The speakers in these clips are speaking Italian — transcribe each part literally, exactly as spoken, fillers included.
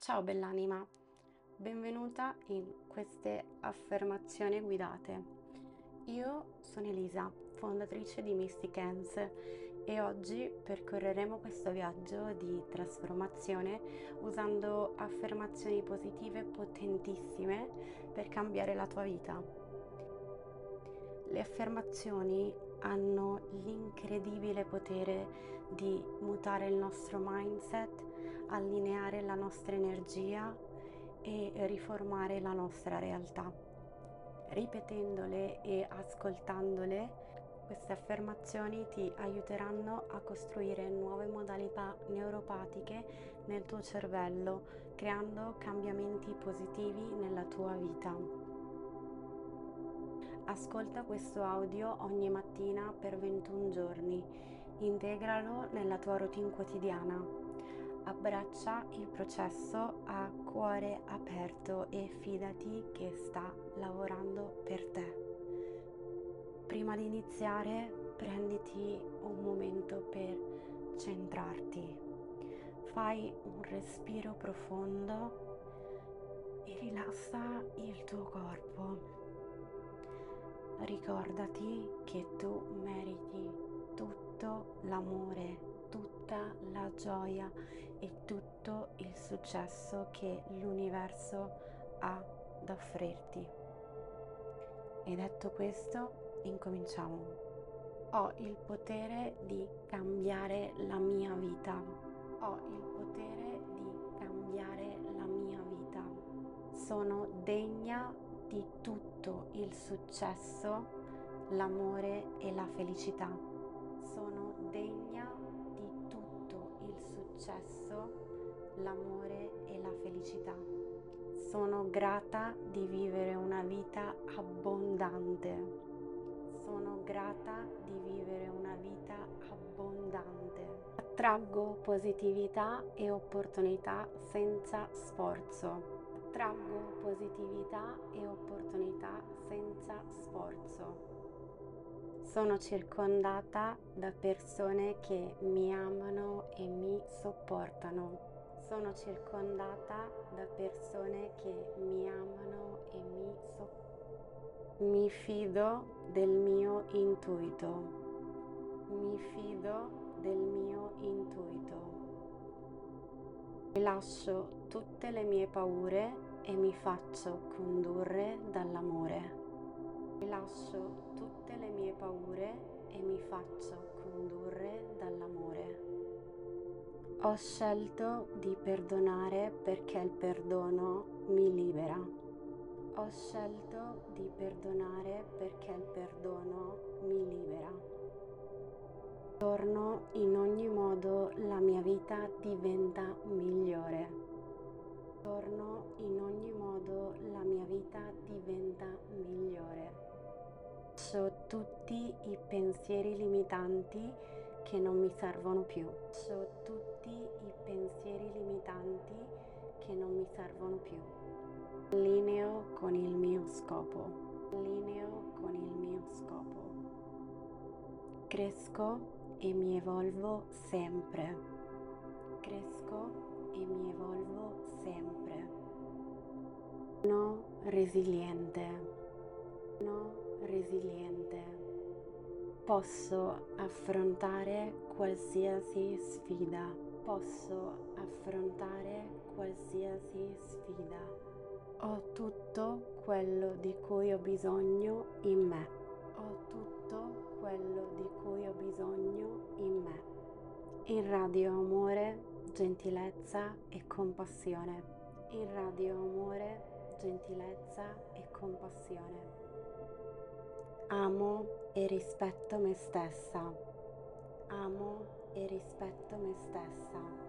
Ciao bell'anima, benvenuta in queste affermazioni guidate. Io sono Elisa, fondatrice di Mystic Hands e oggi percorreremo questo viaggio di trasformazione usando affermazioni positive potentissime per cambiare la tua vita. Le affermazioni hanno l'incredibile potere di mutare il nostro mindset, allineare la nostra energia e riformare la nostra realtà. Ripetendole e ascoltandole, queste affermazioni ti aiuteranno a costruire nuove modalità neuropatiche nel tuo cervello, creando cambiamenti positivi nella tua vita. Ascolta questo audio ogni mattina per ventuno giorni, integralo nella tua routine quotidiana, abbraccia il processo a cuore aperto e fidati che sta lavorando per te. Prima di iniziare, prenditi un momento per centrarti. Fai un respiro profondo e rilassa il tuo corpo. Ricordati che tu meriti tutto l'amore, tutta la gioia e tutto il successo che l'universo ha da offrirti. E detto questo, incominciamo. Ho il potere di cambiare la mia vita. Ho il potere di cambiare la mia vita. Sono degna di tutto il successo, l'amore e la felicità. Sono degna di tutto il successo, l'amore e la felicità. Sono grata di vivere una vita abbondante. Sono grata di vivere una vita abbondante. Attraggo positività e opportunità senza sforzo. Traggo positività e opportunità senza sforzo. Sono circondata da persone che mi amano e mi sopportano. Sono circondata da persone che mi amano e mi sopportano. Mi fido del mio intuito. Mi fido del mio intuito. Rilascio tutte le mie paure e mi faccio condurre dall'amore. Rilascio tutte le mie paure e mi faccio condurre dall'amore. Ho scelto di perdonare perché il perdono mi libera. Ho scelto di perdonare perché il perdono mi libera. Torno in ogni modo la mia vita diventa migliore. Torno in ogni modo la mia vita diventa migliore. Lascio tutti i pensieri limitanti che non mi servono più. Lascio tutti i pensieri limitanti che non mi servono più. Allineo con il mio scopo. Allineo con il mio scopo. Cresco e mi evolvo sempre. Cresco e mi evolvo sempre. Sono resiliente. Sono resiliente. Posso affrontare qualsiasi sfida. Posso affrontare qualsiasi sfida. Ho tutto quello di cui ho bisogno in me. Ho tutto quello di cui ho bisogno in me. Irradio amore, gentilezza e compassione. Irradio amore, gentilezza e compassione. Amo e rispetto me stessa. Amo e rispetto me stessa.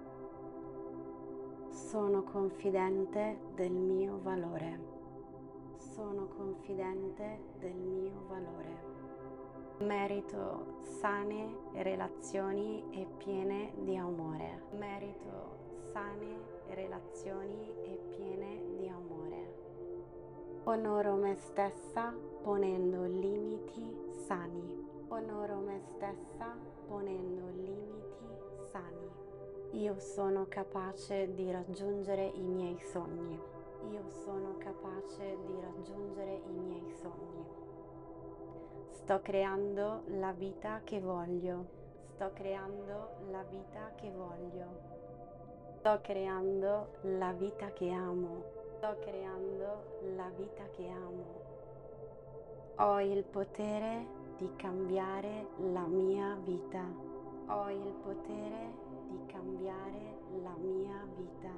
Sono confidente del mio valore. Sono confidente del mio valore. Merito sane relazioni e piene di amore. Merito sane relazioni e piene di amore. Onoro me stessa ponendo limiti sani. Onoro me stessa ponendo limiti sani. Io sono capace di raggiungere i miei sogni. Io sono capace di raggiungere i miei sogni. Sto creando la vita che voglio. Sto creando la vita che voglio. Sto creando la vita che amo. Sto creando la vita che amo. Ho il potere di cambiare la mia vita. Ho il potere di cambiare la mia vita.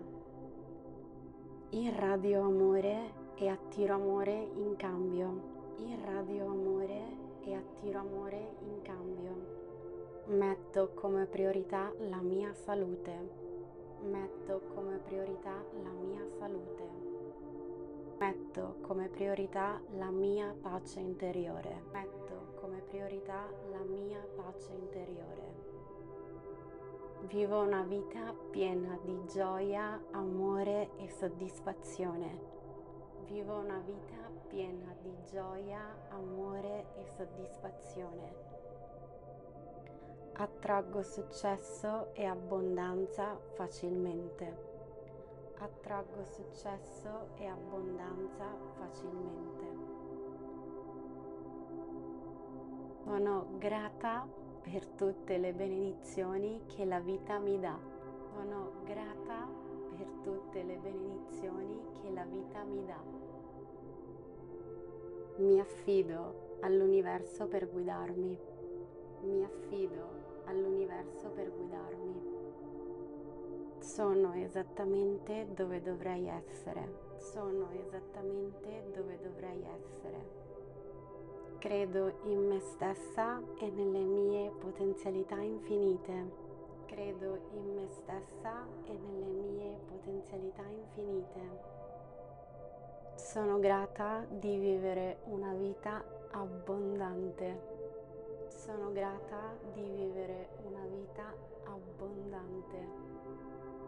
Irradio amore e attiro amore in cambio. Irradio amore e attiro amore in cambio. Metto come priorità la mia salute. Metto come priorità la mia salute. Metto come priorità la mia pace interiore. Metto come priorità la mia pace interiore. Vivo una vita piena di gioia, amore e soddisfazione. Vivo una vita piena di gioia, amore e soddisfazione. Attraggo successo e abbondanza facilmente. Attraggo successo e abbondanza facilmente. Sono grata per tutte le benedizioni che la vita mi dà. Sono grata per tutte le benedizioni che la vita mi dà. Mi affido all'universo per guidarmi. Mi affido all'universo per guidarmi. Sono esattamente dove dovrei essere. Sono esattamente dove dovrei essere. Credo in me stessa e nelle mie potenzialità infinite. Credo in me stessa e nelle mie potenzialità infinite. Sono grata di vivere una vita abbondante. Sono grata di vivere una vita abbondante.